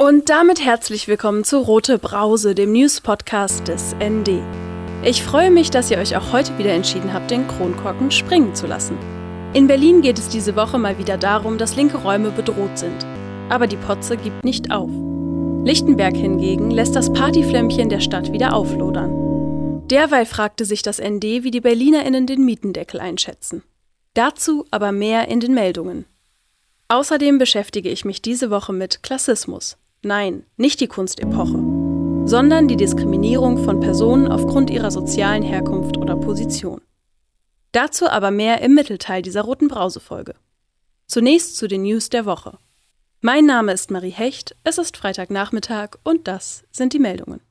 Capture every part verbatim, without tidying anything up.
Und damit herzlich willkommen zu Rote Brause, dem News-Podcast des N D. Ich freue mich, dass ihr euch auch heute wieder entschieden habt, den Kronkorken springen zu lassen. In Berlin geht es diese Woche mal wieder darum, dass linke Räume bedroht sind. Aber die Potze gibt nicht auf. Lichtenberg hingegen lässt das Partyflämmchen der Stadt wieder auflodern. Derweil fragte sich das N D, wie die BerlinerInnen den Mietendeckel einschätzen. Dazu aber mehr in den Meldungen. Außerdem beschäftige ich mich diese Woche mit Klassismus. Nein, nicht die Kunstepoche, sondern die Diskriminierung von Personen aufgrund ihrer sozialen Herkunft oder Position. Dazu aber mehr im Mittelteil dieser Roten Brause-Folge. Zunächst zu den News der Woche. Mein Name ist Marie Hecht, es ist Freitagnachmittag und das sind die Meldungen.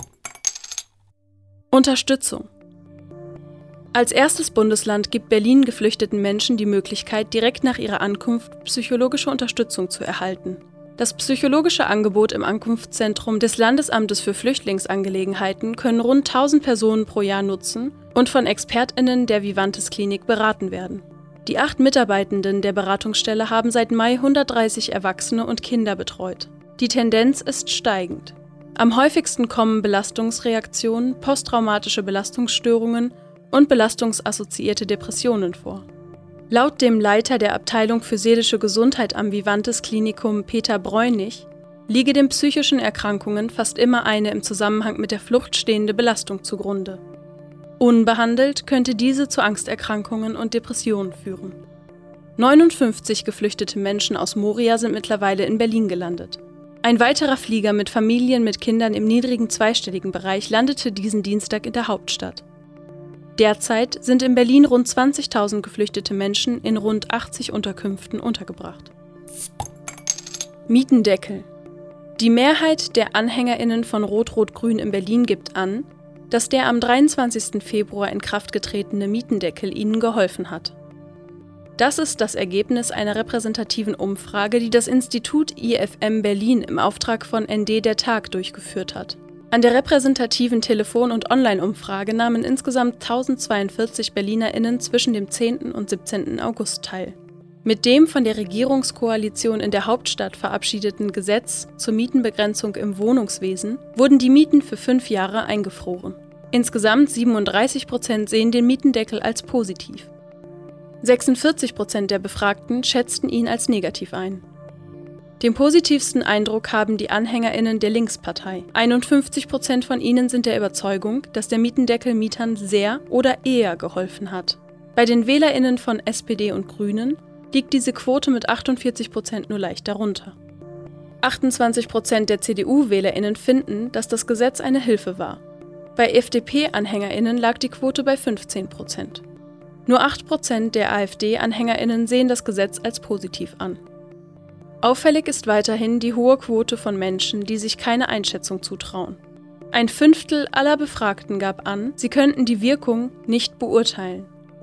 Unterstützung. Als erstes Bundesland gibt Berlin geflüchteten Menschen die Möglichkeit, direkt nach ihrer Ankunft psychologische Unterstützung zu erhalten. Das psychologische Angebot im Ankunftszentrum des Landesamtes für Flüchtlingsangelegenheiten können rund tausend Personen pro Jahr nutzen und von ExpertInnen der Vivantes Klinik beraten werden. Die acht Mitarbeitenden der Beratungsstelle haben seit Mai hundertdreißig Erwachsene und Kinder betreut. Die Tendenz ist steigend. Am häufigsten kommen Belastungsreaktionen, posttraumatische Belastungsstörungen und belastungsassoziierte Depressionen vor. Laut dem Leiter der Abteilung für seelische Gesundheit am Vivantes Klinikum, Peter Bräunig, liege den psychischen Erkrankungen fast immer eine im Zusammenhang mit der Flucht stehende Belastung zugrunde. Unbehandelt könnte diese zu Angsterkrankungen und Depressionen führen. neunundfünfzig geflüchtete Menschen aus Moria sind mittlerweile in Berlin gelandet. Ein weiterer Flieger mit Familien mit Kindern im niedrigen zweistelligen Bereich landete diesen Dienstag in der Hauptstadt. Derzeit sind in Berlin rund zwanzigtausend geflüchtete Menschen in rund achtzig Unterkünften untergebracht. Mietendeckel. Die Mehrheit der AnhängerInnen von Rot-Rot-Grün in Berlin gibt an, dass der am dreiundzwanzigsten Februar in Kraft getretene Mietendeckel ihnen geholfen hat. Das ist das Ergebnis einer repräsentativen Umfrage, die das Institut I F M Berlin im Auftrag von N D Der Tag durchgeführt hat. An der repräsentativen Telefon- und Online-Umfrage nahmen insgesamt tausendzweiundvierzig BerlinerInnen zwischen dem zehnten und siebzehnten August teil. Mit dem von der Regierungskoalition in der Hauptstadt verabschiedeten Gesetz zur Mietenbegrenzung im Wohnungswesen wurden die Mieten für fünf Jahre eingefroren. Insgesamt siebenunddreißig Prozent sehen den Mietendeckel als positiv. sechsundvierzig Prozent der Befragten schätzten ihn als negativ ein. Den positivsten Eindruck haben die AnhängerInnen der Linkspartei. einundfünfzig Prozent von ihnen sind der Überzeugung, dass der Mietendeckel Mietern sehr oder eher geholfen hat. Bei den WählerInnen von S P D und Grünen liegt diese Quote mit achtundvierzig Prozent nur leicht darunter. achtundzwanzig Prozent der C D U-WählerInnen finden, dass das Gesetz eine Hilfe war. Bei F D P-AnhängerInnen lag die Quote bei fünfzehn Prozent. Nur acht Prozent der AfD-AnhängerInnen sehen das Gesetz als positiv an. Auffällig ist weiterhin die hohe Quote von Menschen, die sich keine Einschätzung zutrauen. Ein Fünftel aller Befragten gab an, sie könnten die Wirkung nicht beurteilen.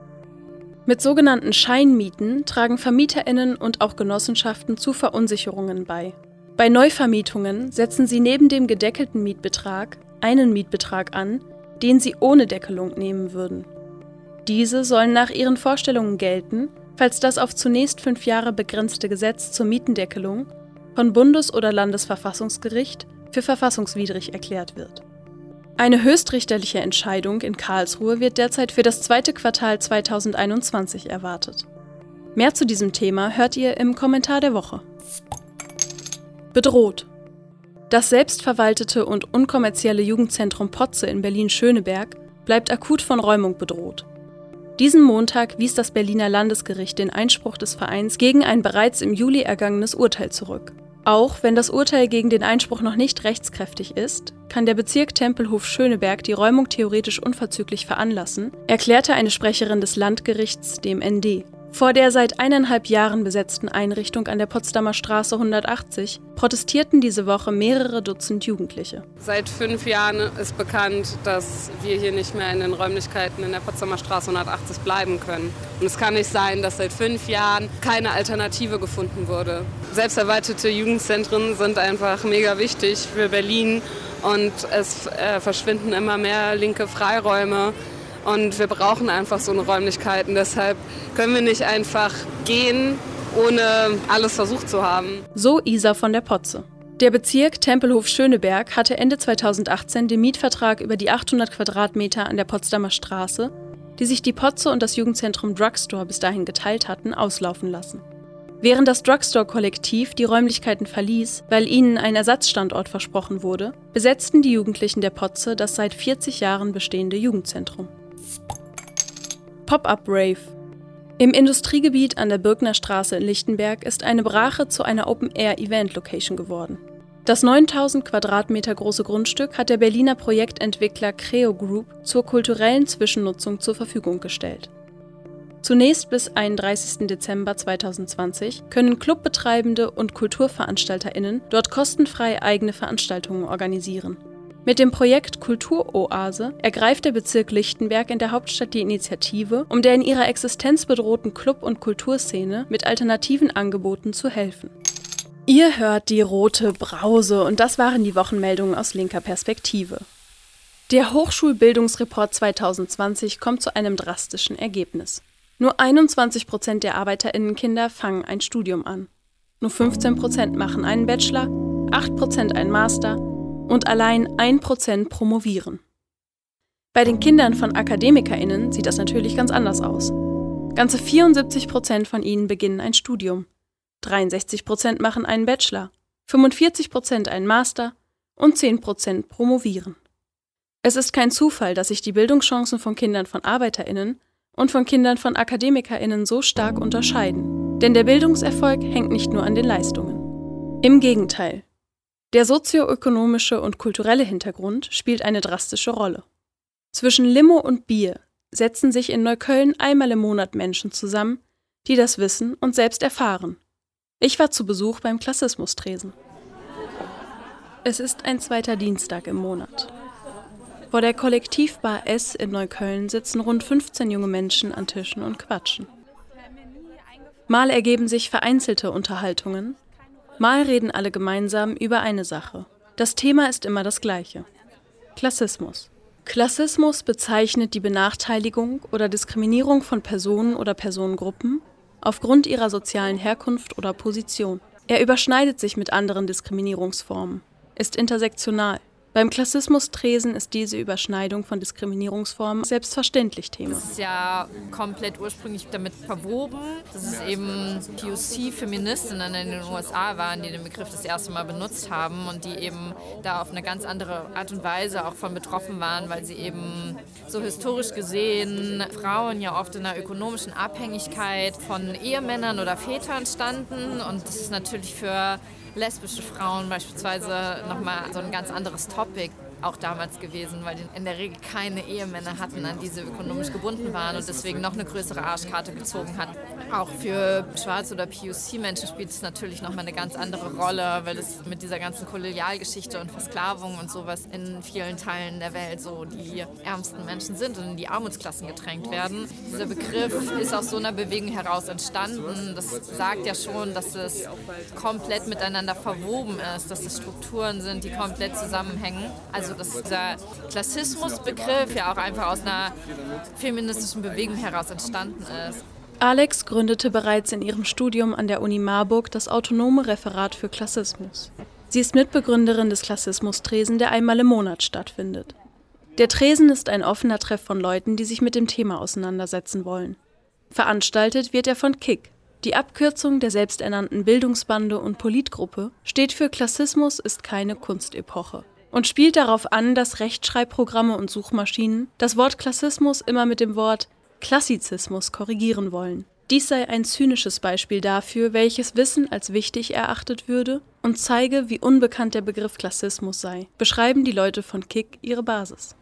Mit sogenannten Scheinmieten tragen VermieterInnen und auch Genossenschaften zu Verunsicherungen bei. Bei Neuvermietungen setzen sie neben dem gedeckelten Mietbetrag einen Mietbetrag an, den sie ohne Deckelung nehmen würden. Diese sollen nach ihren Vorstellungen gelten, falls das auf zunächst fünf Jahre begrenzte Gesetz zur Mietendeckelung von Bundes- oder Landesverfassungsgericht für verfassungswidrig erklärt wird. Eine höchstrichterliche Entscheidung in Karlsruhe wird derzeit für das zweite Quartal zweitausendeinundzwanzig erwartet. Mehr zu diesem Thema hört ihr im Kommentar der Woche. Bedroht. Das selbstverwaltete und unkommerzielle Jugendzentrum Potze in Berlin-Schöneberg bleibt akut von Räumung bedroht. Diesen Montag wies das Berliner Landesgericht den Einspruch des Vereins gegen ein bereits im Juli ergangenes Urteil zurück. Auch wenn das Urteil gegen den Einspruch noch nicht rechtskräftig ist, kann der Bezirk Tempelhof-Schöneberg die Räumung theoretisch unverzüglich veranlassen, erklärte eine Sprecherin des Landgerichts dem N D. Vor der seit eineinhalb Jahren besetzten Einrichtung an der Potsdamer Straße hundertachtzig protestierten diese Woche mehrere Dutzend Jugendliche. Seit fünf Jahren ist bekannt, dass wir hier nicht mehr in den Räumlichkeiten in der Potsdamer Straße hundertachtzig bleiben können. Und es kann nicht sein, dass seit fünf Jahren keine Alternative gefunden wurde. Selbsterweiterte Jugendzentren sind einfach mega wichtig für Berlin und es äh, verschwinden immer mehr linke Freiräume. Und wir brauchen einfach so eine Räumlichkeiten. Deshalb können wir nicht einfach gehen, ohne alles versucht zu haben. So Isa von der Potze. Der Bezirk Tempelhof-Schöneberg hatte Ende zweitausendachtzehn den Mietvertrag über die achthundert Quadratmeter an der Potsdamer Straße, die sich die Potze und das Jugendzentrum Drugstore bis dahin geteilt hatten, auslaufen lassen. Während das Drugstore-Kollektiv die Räumlichkeiten verließ, weil ihnen ein Ersatzstandort versprochen wurde, besetzten die Jugendlichen der Potze das seit vierzig Jahren bestehende Jugendzentrum. Pop-up-Rave. Im Industriegebiet an der Birkner Straße in Lichtenberg ist eine Brache zu einer Open-Air-Event-Location geworden. Das neuntausend Quadratmeter große Grundstück hat der Berliner Projektentwickler Creo Group zur kulturellen Zwischennutzung zur Verfügung gestellt. Zunächst bis einunddreißigsten Dezember zweitausendzwanzig können Clubbetreibende und KulturveranstalterInnen dort kostenfrei eigene Veranstaltungen organisieren. Mit dem Projekt Kulturoase ergreift der Bezirk Lichtenberg in der Hauptstadt die Initiative, um der in ihrer Existenz bedrohten Club- und Kulturszene mit alternativen Angeboten zu helfen. Ihr hört die rote Brause und das waren die Wochenmeldungen aus linker Perspektive. Der Hochschulbildungsreport zweitausendzwanzig kommt zu einem drastischen Ergebnis. Nur einundzwanzig Prozent der ArbeiterInnenkinder fangen ein Studium an. Nur fünfzehn Prozent machen einen Bachelor, acht Prozent einen Master und allein ein Prozent promovieren. Bei den Kindern von AkademikerInnen sieht das natürlich ganz anders aus. Ganze vierundsiebzig Prozent von ihnen beginnen ein Studium, dreiundsechzig Prozent machen einen Bachelor, fünfundvierzig Prozent einen Master und zehn Prozent promovieren. Es ist kein Zufall, dass sich die Bildungschancen von Kindern von ArbeiterInnen und von Kindern von AkademikerInnen so stark unterscheiden. Denn der Bildungserfolg hängt nicht nur an den Leistungen. Im Gegenteil. Der sozioökonomische und kulturelle Hintergrund spielt eine drastische Rolle. Zwischen Limo und Bier setzen sich in Neukölln einmal im Monat Menschen zusammen, die das wissen und selbst erfahren. Ich war zu Besuch beim Klassismus-Tresen. Es ist ein zweiter Dienstag im Monat. Vor der Kollektivbar S in Neukölln sitzen rund fünfzehn junge Menschen an Tischen und quatschen. Mal ergeben sich vereinzelte Unterhaltungen, mal reden alle gemeinsam über eine Sache. Das Thema ist immer das gleiche: Klassismus. Klassismus bezeichnet die Benachteiligung oder Diskriminierung von Personen oder Personengruppen aufgrund ihrer sozialen Herkunft oder Position. Er überschneidet sich mit anderen Diskriminierungsformen, ist intersektional. Beim Klassismus-Tresen ist diese Überschneidung von Diskriminierungsformen selbstverständlich Thema. Das ist ja komplett ursprünglich damit verwoben, dass es eben P O C-Feministinnen in den U S A waren, die den Begriff das erste Mal benutzt haben und die eben da auf eine ganz andere Art und Weise auch von betroffen waren, weil sie eben so historisch gesehen Frauen ja oft in einer ökonomischen Abhängigkeit von Ehemännern oder Vätern standen, und das ist natürlich für lesbische Frauen beispielsweise nochmal so ein ganz anderes Topic auch damals gewesen, weil die in der Regel keine Ehemänner hatten, an die sie ökonomisch gebunden waren und deswegen noch eine größere Arschkarte gezogen hat. Auch für Schwarze oder P O C-Menschen spielt es natürlich nochmal eine ganz andere Rolle, weil es mit dieser ganzen Kolonialgeschichte und Versklavung und sowas in vielen Teilen der Welt so die ärmsten Menschen sind und in die Armutsklassen gedrängt werden. Dieser Begriff ist aus so einer Bewegung heraus entstanden. Das sagt ja schon, dass es komplett miteinander verwoben ist, dass es Strukturen sind, die komplett zusammenhängen. Also dass dieser Klassismusbegriff ja auch einfach aus einer feministischen Bewegung heraus entstanden ist. Alex gründete bereits in ihrem Studium an der Uni Marburg das autonome Referat für Klassismus. Sie ist Mitbegründerin des Klassismus-Tresen, der einmal im Monat stattfindet. Der Tresen ist ein offener Treff von Leuten, die sich mit dem Thema auseinandersetzen wollen. Veranstaltet wird er von K I K. Die Abkürzung der selbsternannten Bildungsbande und Politgruppe steht für Klassismus ist keine Kunstepoche und spielt darauf an, dass Rechtschreibprogramme und Suchmaschinen das Wort Klassismus immer mit dem Wort Klassizismus korrigieren wollen. Dies sei ein zynisches Beispiel dafür, welches Wissen als wichtig erachtet würde und zeige, wie unbekannt der Begriff Klassismus sei, beschreiben die Leute von K I K ihre Basis.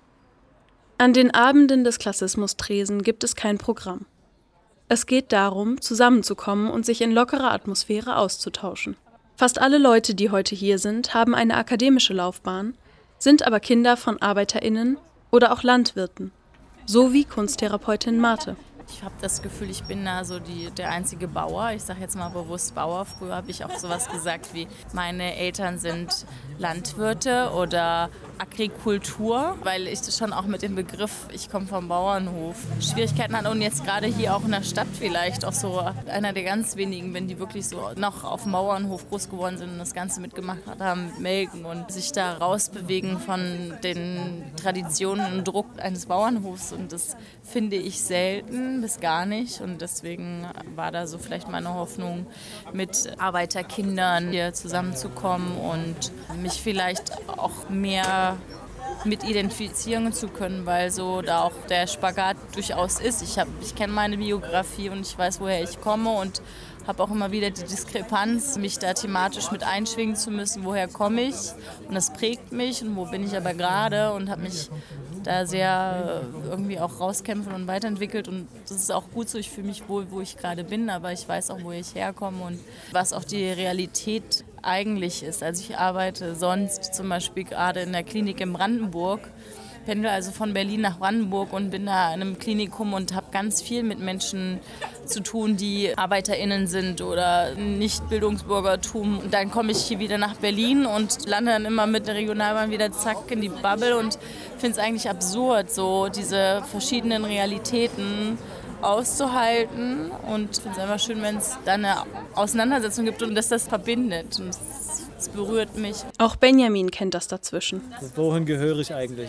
An den Abenden des Klassismus-Tresen gibt es kein Programm. Es geht darum, zusammenzukommen und sich in lockerer Atmosphäre auszutauschen. Fast alle Leute, die heute hier sind, haben eine akademische Laufbahn, sind aber Kinder von ArbeiterInnen oder auch Landwirten, so wie Kunsttherapeutin Marte. Ich habe das Gefühl, ich bin da so die, der einzige Bauer. Ich sage jetzt mal bewusst Bauer. Früher habe ich auch sowas gesagt wie, meine Eltern sind Landwirte oder Agrikultur, weil ich das schon auch mit dem Begriff, ich komme vom Bauernhof, Schwierigkeiten hatte und jetzt gerade hier auch in der Stadt vielleicht auch so einer der ganz wenigen bin, die wirklich so noch auf dem Bauernhof groß geworden sind und das Ganze mitgemacht haben, mit Melken und sich da rausbewegen von den Traditionen und Druck eines Bauernhofs und das finde ich selten bis gar nicht und deswegen war da so vielleicht meine Hoffnung, mit Arbeiterkindern hier zusammenzukommen und mich vielleicht auch mehr mit identifizieren zu können, weil so da auch der Spagat durchaus ist. Ich, hab, ich kenne meine Biografie und ich weiß, woher ich komme und habe auch immer wieder die Diskrepanz, mich da thematisch mit einschwingen zu müssen, woher komme ich und das prägt mich und wo bin ich aber gerade und habe mich da sehr irgendwie auch rauskämpfen und weiterentwickelt und das ist auch gut so, ich fühle mich wohl, wo ich gerade bin, aber ich weiß auch, wo ich herkomme und was auch die Realität eigentlich ist. Also ich arbeite sonst zum Beispiel gerade in der Klinik in Brandenburg, pendel also von Berlin nach Brandenburg und bin da in einem Klinikum und habe ganz viel mit Menschen zu tun, die ArbeiterInnen sind oder nicht Bildungsbürgertum. Und dann komme ich hier wieder nach Berlin und lande dann immer mit der Regionalbahn wieder zack in die Bubble und finde es eigentlich absurd, so diese verschiedenen Realitäten auszuhalten und finde es einfach schön, wenn es da eine Auseinandersetzung gibt und dass das verbindet. Und es berührt mich. Auch Benjamin kennt das dazwischen. Wohin gehöre ich eigentlich?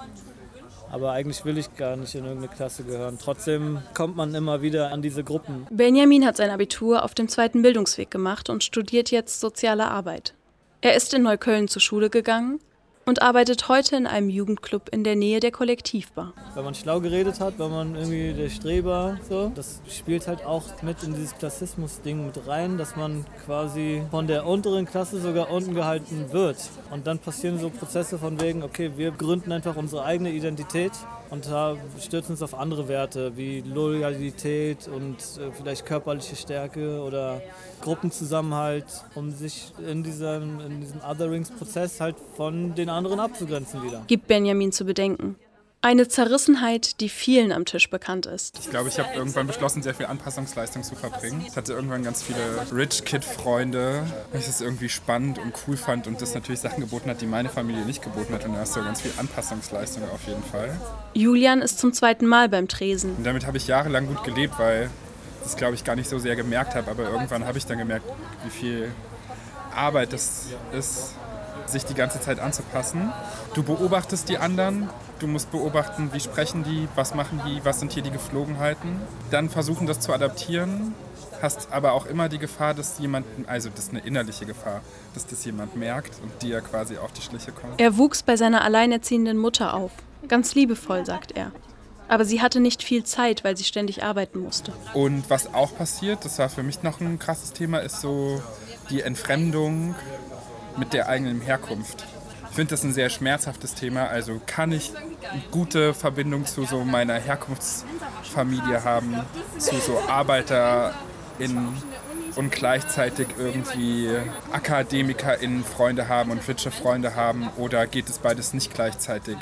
Aber eigentlich will ich gar nicht in irgendeine Klasse gehören. Trotzdem kommt man immer wieder an diese Gruppen. Benjamin hat sein Abitur auf dem zweiten Bildungsweg gemacht und studiert jetzt Soziale Arbeit. Er ist in Neukölln zur Schule gegangen und arbeitet heute in einem Jugendclub in der Nähe der Kollektivbar. Wenn man schlau geredet hat, wenn man irgendwie der Streber, so, das spielt halt auch mit in dieses Klassismus-Ding mit rein, dass man quasi von der unteren Klasse sogar unten gehalten wird. Und dann passieren so Prozesse von wegen, okay, wir gründen einfach unsere eigene Identität und da stürzen uns auf andere Werte wie Loyalität und äh, vielleicht körperliche Stärke oder Gruppenzusammenhalt, um sich in diesem, in diesem Otheringsprozess halt von den anderen abzugrenzen wieder. Gibt Benjamin zu bedenken. Eine Zerrissenheit, die vielen am Tisch bekannt ist. Ich glaube, ich habe irgendwann beschlossen, sehr viel Anpassungsleistung zu verbringen. Ich hatte irgendwann ganz viele Rich-Kid-Freunde, weil ich das irgendwie spannend und cool fand und das natürlich Sachen geboten hat, die meine Familie nicht geboten hat. Und da hast du ganz viel Anpassungsleistung auf jeden Fall. Julian ist zum zweiten Mal beim Tresen. Und damit habe ich jahrelang gut gelebt, weil ich das, glaube ich, gar nicht so sehr gemerkt habe. Aber irgendwann habe ich dann gemerkt, wie viel Arbeit das ist, sich die ganze Zeit anzupassen. Du beobachtest die anderen, du musst beobachten, wie sprechen die, was machen die, was sind hier die Geflogenheiten. Dann versuchen, das zu adaptieren, hast aber auch immer die Gefahr, dass jemand, also das ist eine innerliche Gefahr, dass das jemand merkt und dir quasi auf die Schliche kommt. Er wuchs bei seiner alleinerziehenden Mutter auf. Ganz liebevoll, sagt er. Aber sie hatte nicht viel Zeit, weil sie ständig arbeiten musste. Und was auch passiert, das war für mich noch ein krasses Thema, ist so die Entfremdung mit der eigenen Herkunft. Ich finde das ein sehr schmerzhaftes Thema. Also kann ich eine gute Verbindung zu so meiner Herkunftsfamilie haben, zu so ArbeiterInnen und gleichzeitig irgendwie AkademikerInnen Freunde haben und riche Freunde haben, oder geht es beides nicht gleichzeitig?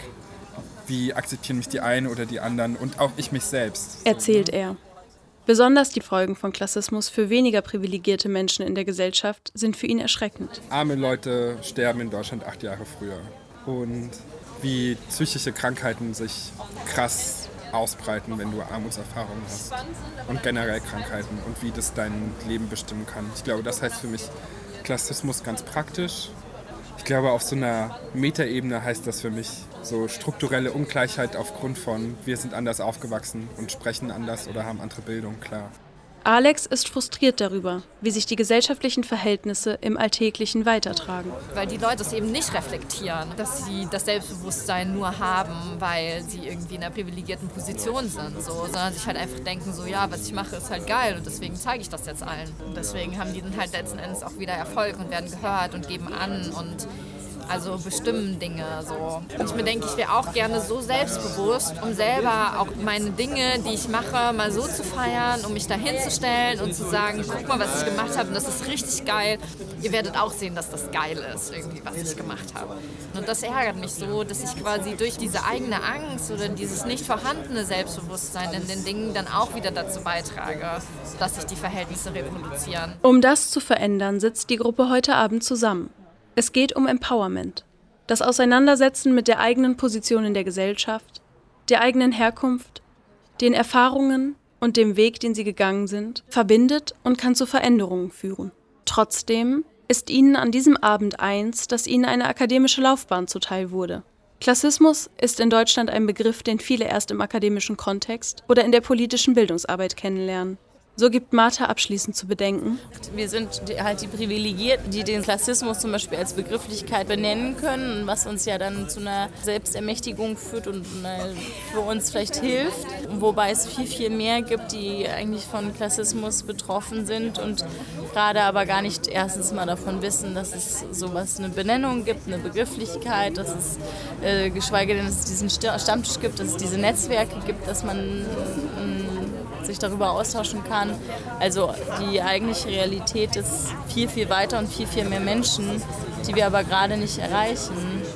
Wie akzeptieren mich die einen oder die anderen und auch ich mich selbst? Erzählt er. Besonders die Folgen von Klassismus für weniger privilegierte Menschen in der Gesellschaft sind für ihn erschreckend. Arme Leute sterben in Deutschland acht Jahre früher. Und wie psychische Krankheiten sich krass ausbreiten, wenn du Armutserfahrungen hast. Und generell Krankheiten und wie das dein Leben bestimmen kann. Ich glaube, das heißt für mich Klassismus ganz praktisch. Ich glaube, auf so einer Metaebene heißt das für mich so strukturelle Ungleichheit aufgrund von, wir sind anders aufgewachsen und sprechen anders oder haben andere Bildung, klar. Alex ist frustriert darüber, wie sich die gesellschaftlichen Verhältnisse im Alltäglichen weitertragen. Weil die Leute es eben nicht reflektieren, dass sie das Selbstbewusstsein nur haben, weil sie irgendwie in einer privilegierten Position sind, so, sondern sich halt einfach denken, so ja, was ich mache ist halt geil und deswegen zeige ich das jetzt allen. Und deswegen haben die dann halt letzten Endes auch wieder Erfolg und werden gehört und geben an und also bestimmen Dinge. So. Und ich mir denke, ich wäre auch gerne so selbstbewusst, um selber auch meine Dinge, die ich mache, mal so zu feiern, um mich da hinzustellen und zu sagen, guck mal, was ich gemacht habe und das ist richtig geil. Ihr werdet auch sehen, dass das geil ist, irgendwie, was ich gemacht habe. Und das ärgert mich so, dass ich quasi durch diese eigene Angst oder dieses nicht vorhandene Selbstbewusstsein in den Dingen dann auch wieder dazu beitrage, dass sich die Verhältnisse reproduzieren. Um das zu verändern, sitzt die Gruppe heute Abend zusammen. Es geht um Empowerment. Das Auseinandersetzen mit der eigenen Position in der Gesellschaft, der eigenen Herkunft, den Erfahrungen und dem Weg, den sie gegangen sind, verbindet und kann zu Veränderungen führen. Trotzdem ist ihnen an diesem Abend eins, dass ihnen eine akademische Laufbahn zuteil wurde. Klassismus ist in Deutschland ein Begriff, den viele erst im akademischen Kontext oder in der politischen Bildungsarbeit kennenlernen. So gibt Martha abschließend zu bedenken: Wir sind halt die Privilegierten, die den Klassismus zum Beispiel als Begrifflichkeit benennen können, was uns ja dann zu einer Selbstermächtigung führt und für uns vielleicht hilft. Wobei es viel, viel mehr gibt, die eigentlich von Klassismus betroffen sind und gerade aber gar nicht erstens mal davon wissen, dass es sowas, eine Benennung gibt, eine Begrifflichkeit, dass es, äh, geschweige denn, dass es diesen Stammtisch gibt, dass es diese Netzwerke gibt, dass man äh, sich darüber austauschen kann. Also die eigentliche Realität ist viel, viel weiter und viel, viel mehr Menschen, die wir aber gerade nicht erreichen.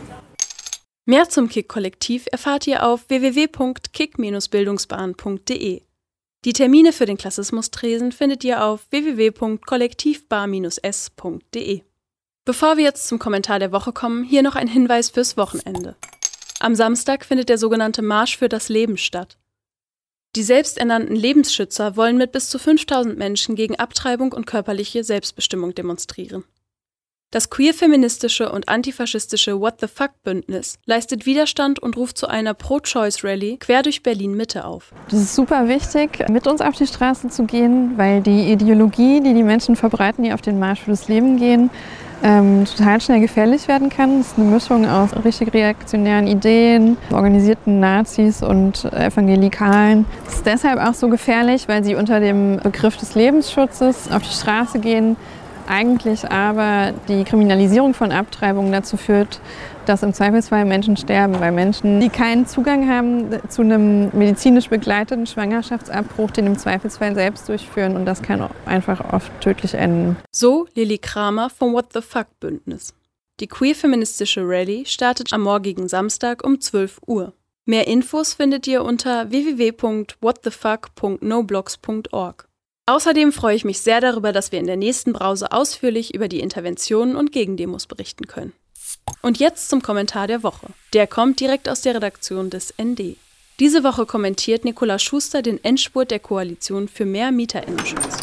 Mehr zum Kick-Kollektiv erfahrt ihr auf w w w punkt kick Bindestrich bildungsbahn punkt d e. Die Termine für den Klassismus-Tresen findet ihr auf w w w punkt kollektivbar Bindestrich s punkt d e. Bevor wir jetzt zum Kommentar der Woche kommen, hier noch ein Hinweis fürs Wochenende. Am Samstag findet der sogenannte Marsch für das Leben statt. Die selbsternannten Lebensschützer wollen mit bis zu fünftausend Menschen gegen Abtreibung und körperliche Selbstbestimmung demonstrieren. Das queer-feministische und antifaschistische What the Fuck-Bündnis leistet Widerstand und ruft zu einer Pro-Choice-Rally quer durch Berlin-Mitte auf. Das ist super wichtig, mit uns auf die Straße zu gehen, weil die Ideologie, die die Menschen verbreiten, die auf den Marsch für das Leben gehen, ähm, total schnell gefährlich werden kann. Es ist eine Mischung aus richtig reaktionären Ideen, organisierten Nazis und Evangelikalen. Es ist deshalb auch so gefährlich, weil sie unter dem Begriff des Lebensschutzes auf die Straße gehen, eigentlich aber die Kriminalisierung von Abtreibungen dazu führt, dass im Zweifelsfall Menschen sterben, weil Menschen, die keinen Zugang haben zu einem medizinisch begleiteten Schwangerschaftsabbruch, den im Zweifelsfall selbst durchführen, und das kann einfach oft tödlich enden. So Lilly Kramer vom What the Fuck Bündnis. Die queer-feministische Rallye startet am morgigen Samstag um zwölf Uhr. Mehr Infos findet ihr unter w w w punkt what the fuck punkt noblogs punkt org. Außerdem freue ich mich sehr darüber, dass wir in der nächsten Brause ausführlich über die Interventionen und Gegendemos berichten können. Und jetzt zum Kommentar der Woche. Der kommt direkt aus der Redaktion des N D. Diese Woche kommentiert Nicola Schuster den Endspurt der Koalition für mehr MieterInnenschutz.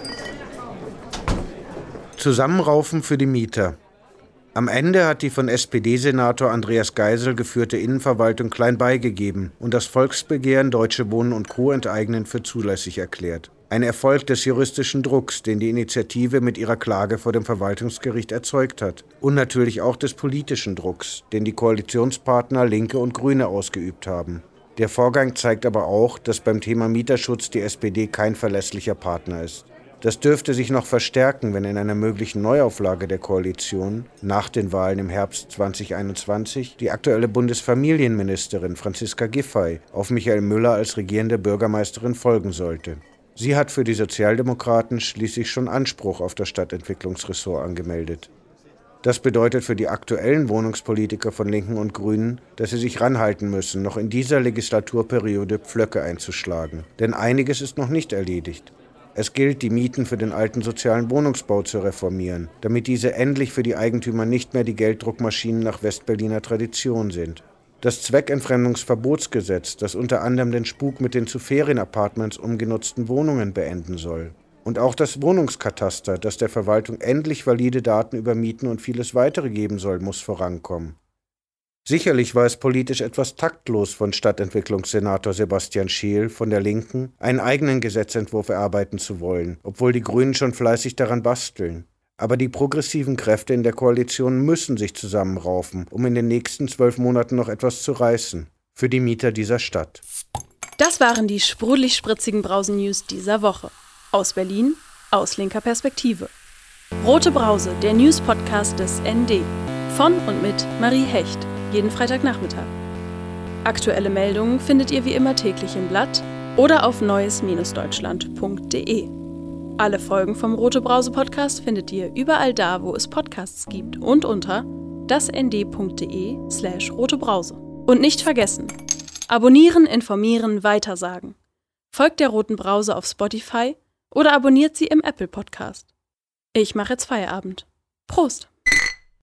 Zusammenraufen für die Mieter. Am Ende hat die von S P D-Senator Andreas Geisel geführte Innenverwaltung klein beigegeben und das Volksbegehren Deutsche Wohnen und Co. enteignen für zulässig erklärt. Ein Erfolg des juristischen Drucks, den die Initiative mit ihrer Klage vor dem Verwaltungsgericht erzeugt hat. Und natürlich auch des politischen Drucks, den die Koalitionspartner Linke und Grüne ausgeübt haben. Der Vorgang zeigt aber auch, dass beim Thema Mieterschutz die S P D kein verlässlicher Partner ist. Das dürfte sich noch verstärken, wenn in einer möglichen Neuauflage der Koalition nach den Wahlen im Herbst zweitausendeinundzwanzig die aktuelle Bundesfamilienministerin Franziska Giffey auf Michael Müller als regierende Bürgermeisterin folgen sollte. Sie hat für die Sozialdemokraten schließlich schon Anspruch auf das Stadtentwicklungsressort angemeldet. Das bedeutet für die aktuellen Wohnungspolitiker von Linken und Grünen, dass sie sich ranhalten müssen, noch in dieser Legislaturperiode Pflöcke einzuschlagen. Denn einiges ist noch nicht erledigt. Es gilt, die Mieten für den alten sozialen Wohnungsbau zu reformieren, damit diese endlich für die Eigentümer nicht mehr die Gelddruckmaschinen nach Westberliner Tradition sind. Das Zweckentfremdungsverbotsgesetz, das unter anderem den Spuk mit den zu Ferienapartments umgenutzten Wohnungen beenden soll. Und auch das Wohnungskataster, das der Verwaltung endlich valide Daten über Mieten und vieles weitere geben soll, muss vorankommen. Sicherlich war es politisch etwas taktlos von Stadtentwicklungssenator Sebastian Scheel von der Linken, einen eigenen Gesetzentwurf erarbeiten zu wollen, obwohl die Grünen schon fleißig daran basteln. Aber die progressiven Kräfte in der Koalition müssen sich zusammenraufen, um in den nächsten zwölf Monaten noch etwas zu reißen. Für die Mieter dieser Stadt. Das waren die sprudelig-spritzigen Brausen-News dieser Woche. Aus Berlin, aus linker Perspektive. Rote Brause, der News-Podcast des N D. Von und mit Marie Hecht, jeden Freitagnachmittag. Aktuelle Meldungen findet ihr wie immer täglich im Blatt oder auf neues Deutschland punkt de. Alle Folgen vom Rote Brause Podcast findet ihr überall da, wo es Podcasts gibt und unter dasnd.de slash rotebrause. Und nicht vergessen, abonnieren, informieren, weitersagen. Folgt der Roten Brause auf Spotify oder abonniert sie im Apple Podcast. Ich mache jetzt Feierabend. Prost!